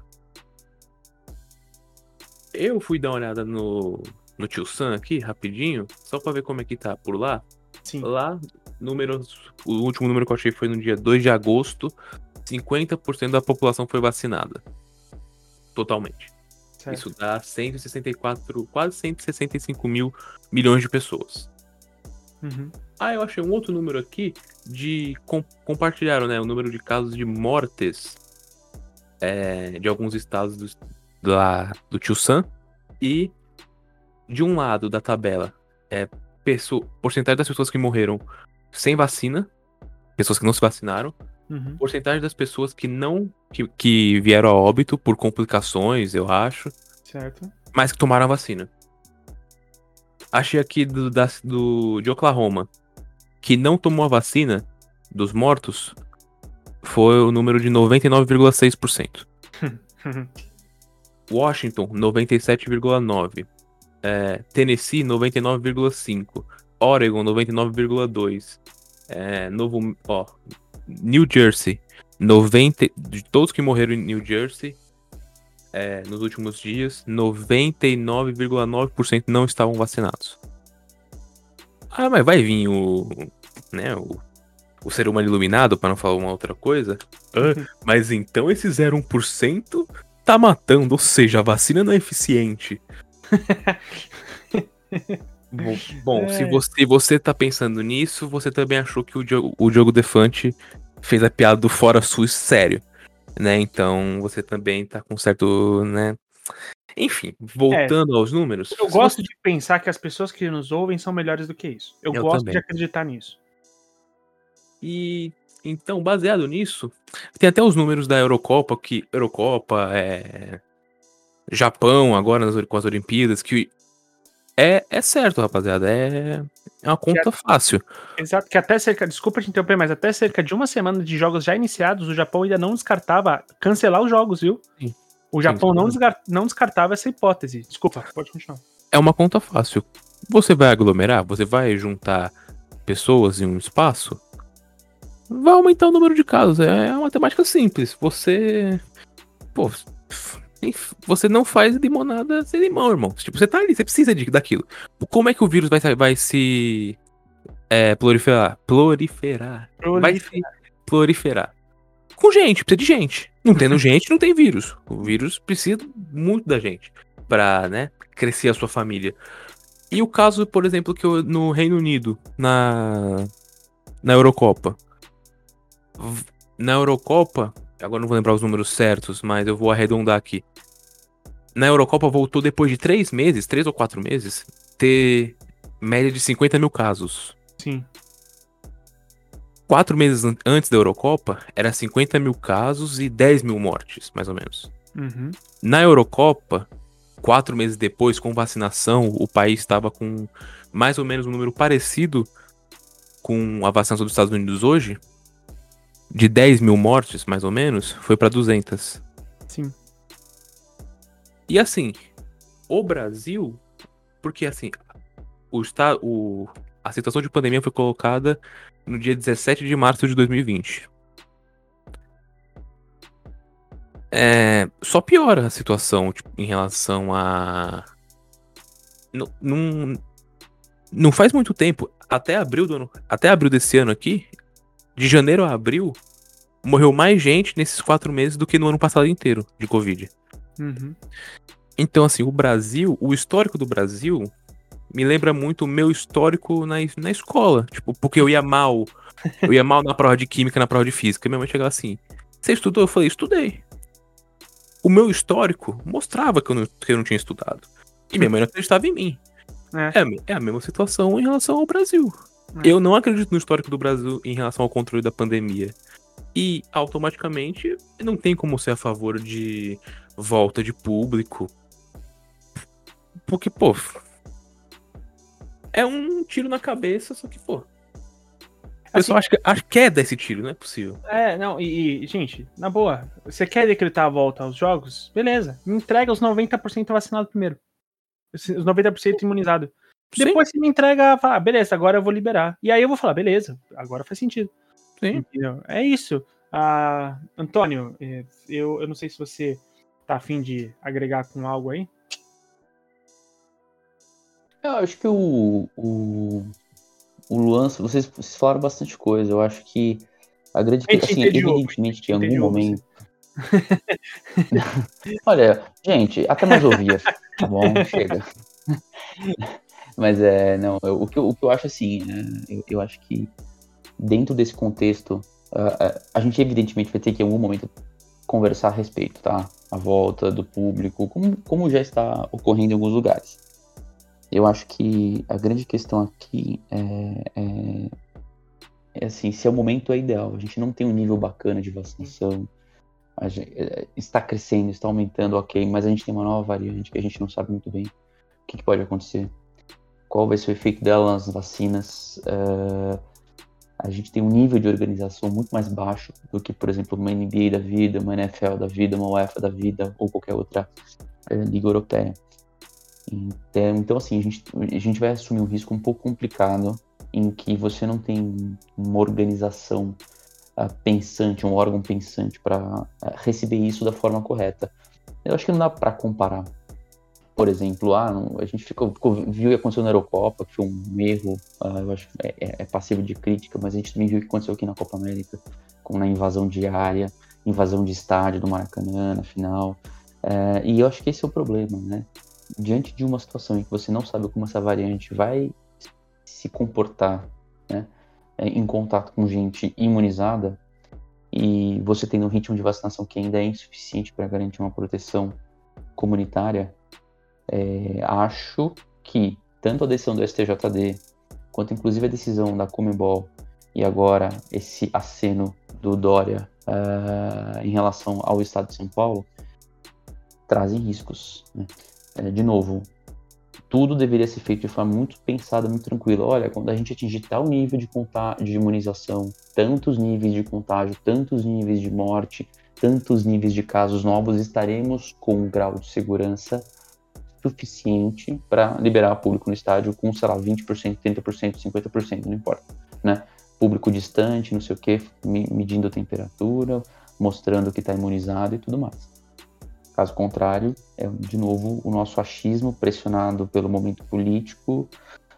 Eu fui dar uma olhada no Tio Sam aqui, rapidinho, só para ver como é que tá por lá. Sim. Lá, o último número que eu achei foi no dia 2 de agosto, 50% da população foi vacinada. Totalmente. Certo. Isso dá 164, quase 165 milhões de pessoas. Eu achei um outro número aqui compartilharam, né, o número de casos de mortes de alguns estados do Tio Sam, e de um lado da tabela porcentagem das pessoas que morreram sem vacina, pessoas que não se vacinaram, porcentagem das pessoas que vieram a óbito por complicações, eu acho, certo, mas que tomaram a vacina. Achei aqui de Oklahoma, que não tomou a vacina, dos mortos, foi o número de 99,6%. Washington, 97,9%. Tennessee, 99,5%. Oregon, 99,2%. New Jersey, de todos que morreram em New Jersey nos últimos dias, 99,9% não estavam vacinados. Mas vai vir o ser humano iluminado, para não falar uma outra coisa. Mas então esse 0,1% tá matando, ou seja, a vacina não é eficiente. Bom, se você tá pensando nisso, você também achou que o Diogo Defante fez a piada do fora SUS sério, né? Então você também tá com certo, né? Enfim, voltando aos números. Eu gosto de pensar que as pessoas que nos ouvem são melhores do que isso. Eu gosto também de acreditar nisso. E então, baseado nisso, tem até os números da Eurocopa, Japão agora com as Olimpíadas, que é certo, rapaziada, é uma conta fácil. Exato, que desculpa te interromper, mas até cerca de uma semana de jogos já iniciados, o Japão ainda não descartava cancelar os jogos, viu? O Japão não descartava essa hipótese. Desculpa, pode continuar. É uma conta fácil. Você vai aglomerar? Você vai juntar pessoas em um espaço? Vai aumentar o número de casos. É uma matemática simples. Pô, você não faz limonada sem limão, irmão. Tipo, você tá ali, você precisa daquilo. Como é que o vírus vai se proliferar? Vai se proliferar. Com gente, precisa de gente. Não tendo gente, não tem vírus. O vírus precisa muito da gente pra, né, crescer a sua família. E o caso, por exemplo, no Reino Unido, na Eurocopa. Na Eurocopa, agora não vou lembrar os números certos, mas eu vou arredondar aqui. Na Eurocopa voltou depois de 3 meses, 3 ou 4 meses, ter média de 50 mil casos. Sim. 4 meses antes da Eurocopa, era 50 mil casos e 10 mil mortes, mais ou menos. Uhum. Na Eurocopa, 4 meses depois, com vacinação, o país estava com mais ou menos um número parecido com a vacinação dos Estados Unidos hoje, de 10 mil mortes, mais ou menos, foi para 200. Sim. E assim, o Brasil, porque assim, a situação de pandemia foi colocada no dia 17 de março de 2020. Só piora a situação, tipo, em relação a... Não faz muito tempo, até abril desse ano aqui, de janeiro a abril, morreu mais gente nesses 4 meses do que no ano passado inteiro de Covid. Uhum. Então, assim, o histórico do Brasil me lembra muito o meu histórico na escola. Tipo, porque eu ia mal na prova de química, na prova de física. E minha mãe chegava assim: você estudou? Eu falei: estudei. O meu histórico mostrava que eu não tinha estudado. E minha mãe não acreditava em mim. É a mesma situação em relação ao Brasil. Eu não acredito no histórico do Brasil em relação ao controle da pandemia. E, automaticamente, não tem como ser a favor de volta de público. Porque, pô, é um tiro na cabeça, só que, pô, o pessoal acha que quer dar esse tiro, não é possível. Não, gente, na boa, você quer decretar a volta aos jogos? Beleza, me entrega os 90% vacinado primeiro. Os 90% imunizado. Sim. Depois você me entrega, fala, beleza, agora eu vou liberar. E aí eu vou falar, beleza, agora faz sentido. Sim. Entendeu? É isso. Antônio, eu não sei se você tá afim de agregar com algo aí. Eu acho que o Luan, vocês falaram bastante coisa. Eu acho que a grande questão, assim, evidentemente que em algum momento. Olha, gente, até mais ouvia, tá bom? Chega. Mas não, o que eu acho assim, eu acho que dentro desse contexto, a gente evidentemente vai ter que em algum momento conversar a respeito, tá? A volta do público, como já está ocorrendo em alguns lugares. Eu acho que a grande questão aqui é assim, se o momento é ideal, a gente não tem um nível bacana de vacinação, está crescendo, está aumentando, ok, mas a gente tem uma nova variante que a gente não sabe muito bem o que pode acontecer, qual vai ser o efeito dela nas vacinas. A gente tem um nível de organização muito mais baixo do que, por exemplo, uma NBA da vida, uma NFL da vida, uma UEFA da vida ou qualquer outra liga europeia. Então, assim, a gente vai assumir um risco um pouco complicado em que você não tem uma organização pensante, um órgão pensante para receber isso da forma correta. Eu acho que não dá para comparar. Por exemplo, a gente viu o que aconteceu na Eurocopa, que foi um erro, eu acho que é passivo de crítica, mas a gente também viu o que aconteceu aqui na Copa América, com a invasão de área, invasão de estádio do Maracanã na final. E eu acho que esse é o problema, né? Diante de uma situação em que você não sabe como essa variante vai se comportar, né, em contato com gente imunizada, e você tendo um ritmo de vacinação que ainda é insuficiente para garantir uma proteção comunitária, acho que tanto a decisão do STJD, quanto inclusive a decisão da Conmebol, e agora esse aceno do Dória em relação ao estado de São Paulo, trazem riscos, né? De novo, tudo deveria ser feito de forma muito pensada, muito tranquila. Olha, quando a gente atingir tal nível de imunização, tantos níveis de contágio, tantos níveis de morte, tantos níveis de casos novos, estaremos com um grau de segurança suficiente para liberar público no estádio com, sei lá, 20%, 30%, 50%, não importa, né? Público distante, não sei o quê, medindo a temperatura, mostrando que está imunizado e tudo mais. Caso contrário, é de novo o nosso achismo pressionado pelo momento político,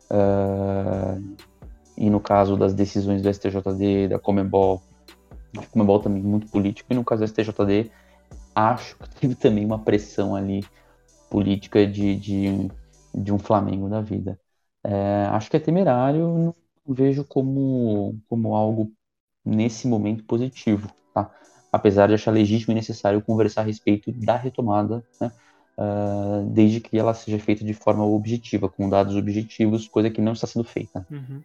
e no caso das decisões do STJD, da Conmebol também muito político, e no caso do STJD, acho que teve também uma pressão ali política de um Flamengo da vida. Acho que é temerário, não vejo como algo nesse momento positivo, tá? Apesar de achar legítimo e necessário conversar a respeito da retomada, né? Desde que ela seja feita de forma objetiva, com dados objetivos, coisa que não está sendo feita. Uhum.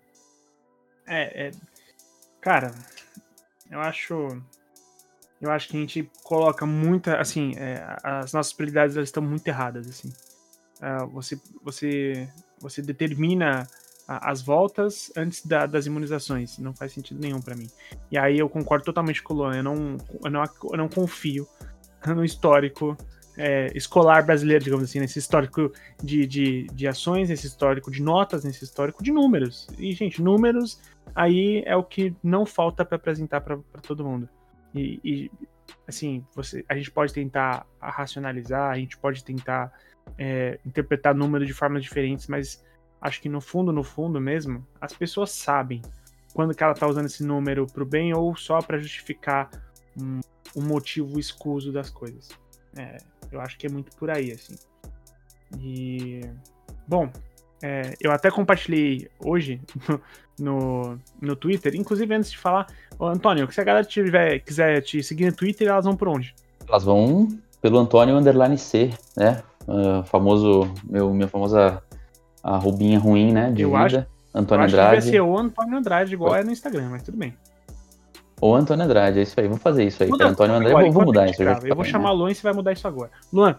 Cara, eu acho que a gente coloca muita, assim, as nossas prioridades elas estão muito erradas, assim. Você determina as voltas antes das imunizações, não faz sentido nenhum pra mim. E aí eu concordo totalmente com o Luan, eu não confio no histórico escolar brasileiro, digamos assim, nesse histórico de ações, nesse histórico de notas, nesse histórico de números. E, gente, números aí é o que não falta para apresentar para todo mundo. E assim, a gente pode tentar racionalizar, a gente pode tentar interpretar números de formas diferentes, mas acho que no fundo mesmo, as pessoas sabem quando que ela tá usando esse número pro bem ou só para justificar um motivo escuso das coisas. Eu acho que é muito por aí, assim. E, bom, eu até compartilhei hoje no Twitter, inclusive antes de falar, Antônio, se a galera quiser te seguir no Twitter, elas vão por onde? Elas vão pelo Antônio _C, né? Minha famosa arrobinha ruim, né? De vida. Antônio Andrade. Eu acho que devia ser o Antônio Andrade, igual é no Instagram, mas tudo bem. Ou Antônio Andrade, é isso aí. Vamos fazer isso aí. Antônio Andrade, eu vou mudar isso. Eu vou chamar o Luan e você vai mudar isso agora. Luan,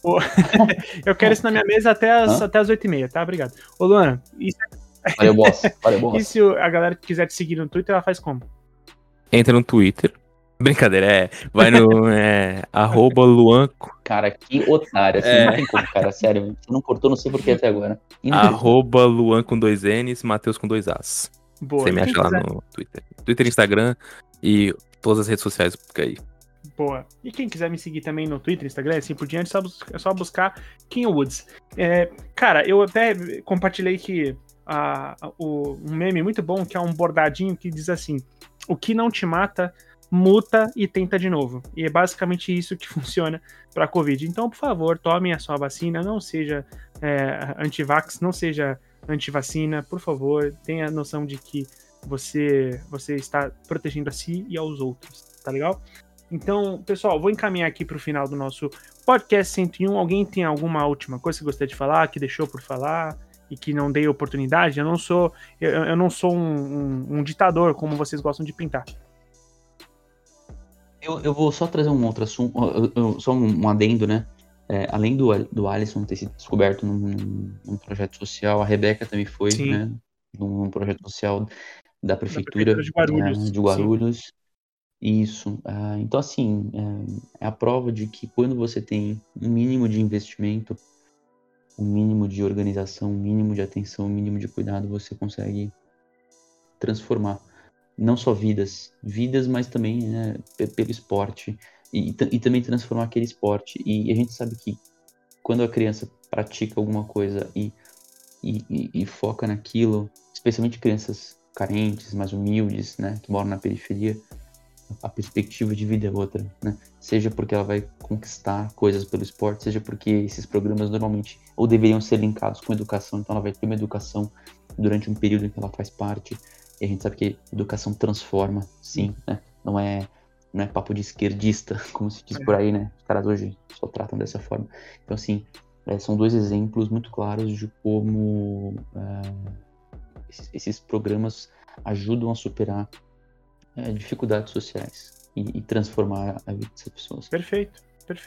eu quero isso na minha mesa até as 8h30, tá? Obrigado. Ô, Luan, Valeu, boss. E se a galera quiser te seguir no Twitter, ela faz como? Entra no Twitter. Brincadeira, vai no @Luan. Cara, que otário, assim, não tem como, cara, sério. Você não cortou, não sei por que até agora. Luan com 2 N's, Matheus com 2 As. Boa. Você me acha lá no Twitter. Twitter, Instagram e todas as redes sociais por aí. Boa. E quem quiser me seguir também no Twitter, Instagram, assim por diante, é só buscar King Woods. Cara, eu até compartilhei que um meme muito bom, que é um bordadinho que diz assim: o que não te mata, muta e tenta de novo. E é basicamente isso que funciona para a Covid. Então, por favor, tomem a sua vacina, não seja anti-vax, não seja anti-vacina, por favor, tenha a noção de que você está protegendo a si e aos outros, tá legal? Então, pessoal, vou encaminhar aqui para o final do nosso podcast 101. Alguém tem alguma última coisa que gostaria de falar, que deixou por falar e que não dei oportunidade? Eu não sou um ditador, como vocês gostam de pintar. Eu vou só trazer um outro assunto, só um adendo, né? Além do Alisson ter sido descoberto num projeto social, a Rebeca também foi, sim, né? Num projeto social da prefeitura de Guarulhos. De Guarulhos. Sim. Isso. Então, assim, é a prova de que quando você tem um mínimo de investimento, um mínimo de organização, um mínimo de atenção, um mínimo de cuidado, você consegue transformar não só vidas, mas também, né, pelo esporte e também transformar aquele esporte. E a gente sabe que quando a criança pratica alguma coisa e foca naquilo, especialmente crianças carentes, mais humildes, né, que moram na periferia, a perspectiva de vida é outra, né? Seja porque ela vai conquistar coisas pelo esporte, seja porque esses programas normalmente ou deveriam ser linkados com educação, então ela vai ter uma educação durante um período em que ela faz parte. E a gente sabe que educação transforma, sim, né? Não é papo de esquerdista, como se diz por aí, né? Os caras hoje só tratam dessa forma. Então, assim, são 2 exemplos muito claros de como esses programas ajudam a superar dificuldades sociais e transformar a vida dessas pessoas. Perfeito.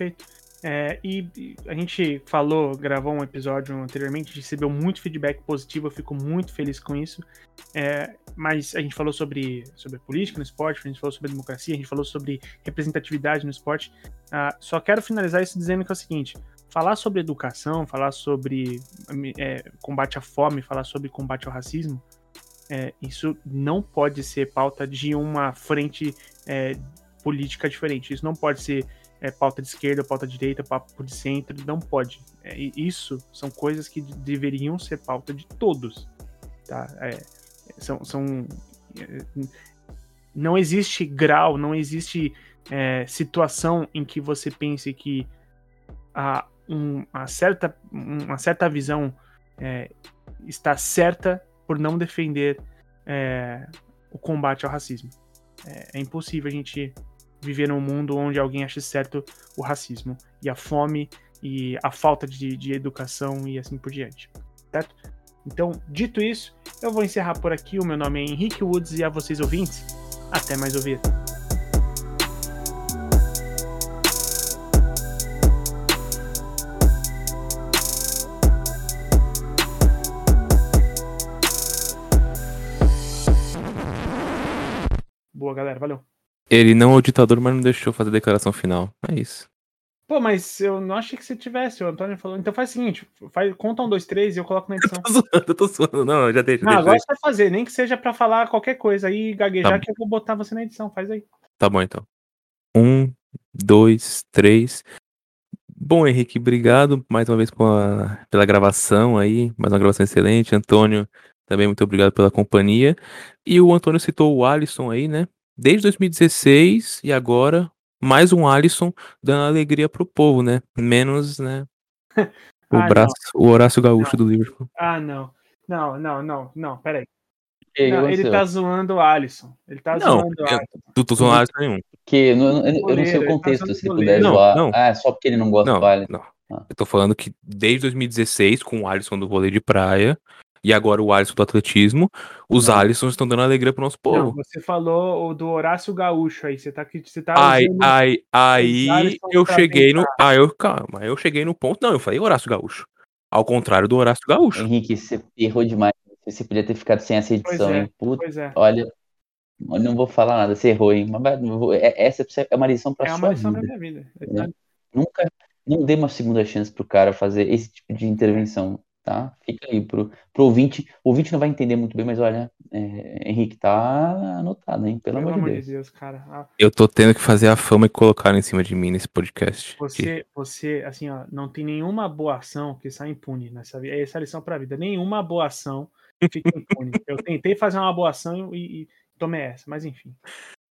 E a gente gravou um episódio anteriormente, recebeu muito feedback positivo, eu fico muito feliz com isso. Mas a gente falou sobre política no esporte, a gente falou sobre democracia, a gente falou sobre representatividade no esporte. Só quero finalizar isso dizendo que é o seguinte: falar sobre educação, falar sobre combate à fome, falar sobre combate ao racismo, isso não pode ser pauta de uma frente política diferente. Isso não pode ser pauta de esquerda, pauta de direita, papo de centro, não pode. Isso são coisas que deveriam ser pauta de todos. Tá? Não existe grau, não existe situação em que você pense que uma certa visão está certa por não defender o combate ao racismo. É impossível a gente viver num mundo onde alguém ache certo o racismo e a fome e a falta de educação e assim por diante, certo? Então, dito isso, eu vou encerrar por aqui. O meu nome é Henrique Woods e a vocês ouvintes, até mais ouvir. Boa, galera. Valeu. Ele não é o ditador, mas não deixou fazer a declaração final. É isso. Pô, mas eu não achei que você tivesse. O Antônio falou. Então faz o seguinte: conta 1, 2, 3 e eu coloco na edição. Eu tô zoando. Não, já deixa. Não, agora você vai fazer. Nem que seja pra falar qualquer coisa aí, gaguejar, Tá. que eu vou botar você na edição. Faz aí. Tá bom, então. 1, 2, 3. Bom, Henrique, obrigado mais uma vez pela gravação aí. Mais uma gravação excelente. Antônio, também muito obrigado pela companhia. E o Antônio citou o Alisson aí, né? Desde 2016 e agora, mais um Alisson dando alegria pro povo, né? Menos, né? O Horácio Gaúcho do Liverpool. Não, peraí. Não, ele tá zoando o Alisson. Ele tá zoando o Alisson. Não tô zoando Alisson nenhum. Eu não sei o contexto, se ele puder zoar. Só porque ele não gosta do Alisson. Não. Eu tô falando que desde 2016, com o Alisson do vôlei de praia, e agora o Alisson do atletismo, os Alissons estão dando alegria pro nosso povo. Não, você falou o do Horácio Gaúcho aí. Você tá usando. Aí eu cheguei no. Calma, eu cheguei no ponto. Não, eu falei Horácio Gaúcho. Ao contrário do Horácio Gaúcho. Henrique, você errou demais. Você podia ter ficado sem essa edição, hein? Puta, olha, eu não vou falar nada, você errou, hein? Essa é uma lição pra sua vida. É uma lição pra minha vida. Nunca, não dê uma segunda chance pro cara fazer esse tipo de intervenção, tá? Fica aí pro ouvinte. O ouvinte não vai entender muito bem, mas olha, Henrique, tá anotado, hein? Pelo amor de Deus, cara. Eu tô tendo que fazer a fama e colocar em cima de mim nesse podcast. Você, assim, ó, não tem nenhuma boa ação que sai impune nessa vida. Essa é a lição pra vida. Nenhuma boa ação fica impune. Eu tentei fazer uma boa ação e tomei essa, mas enfim.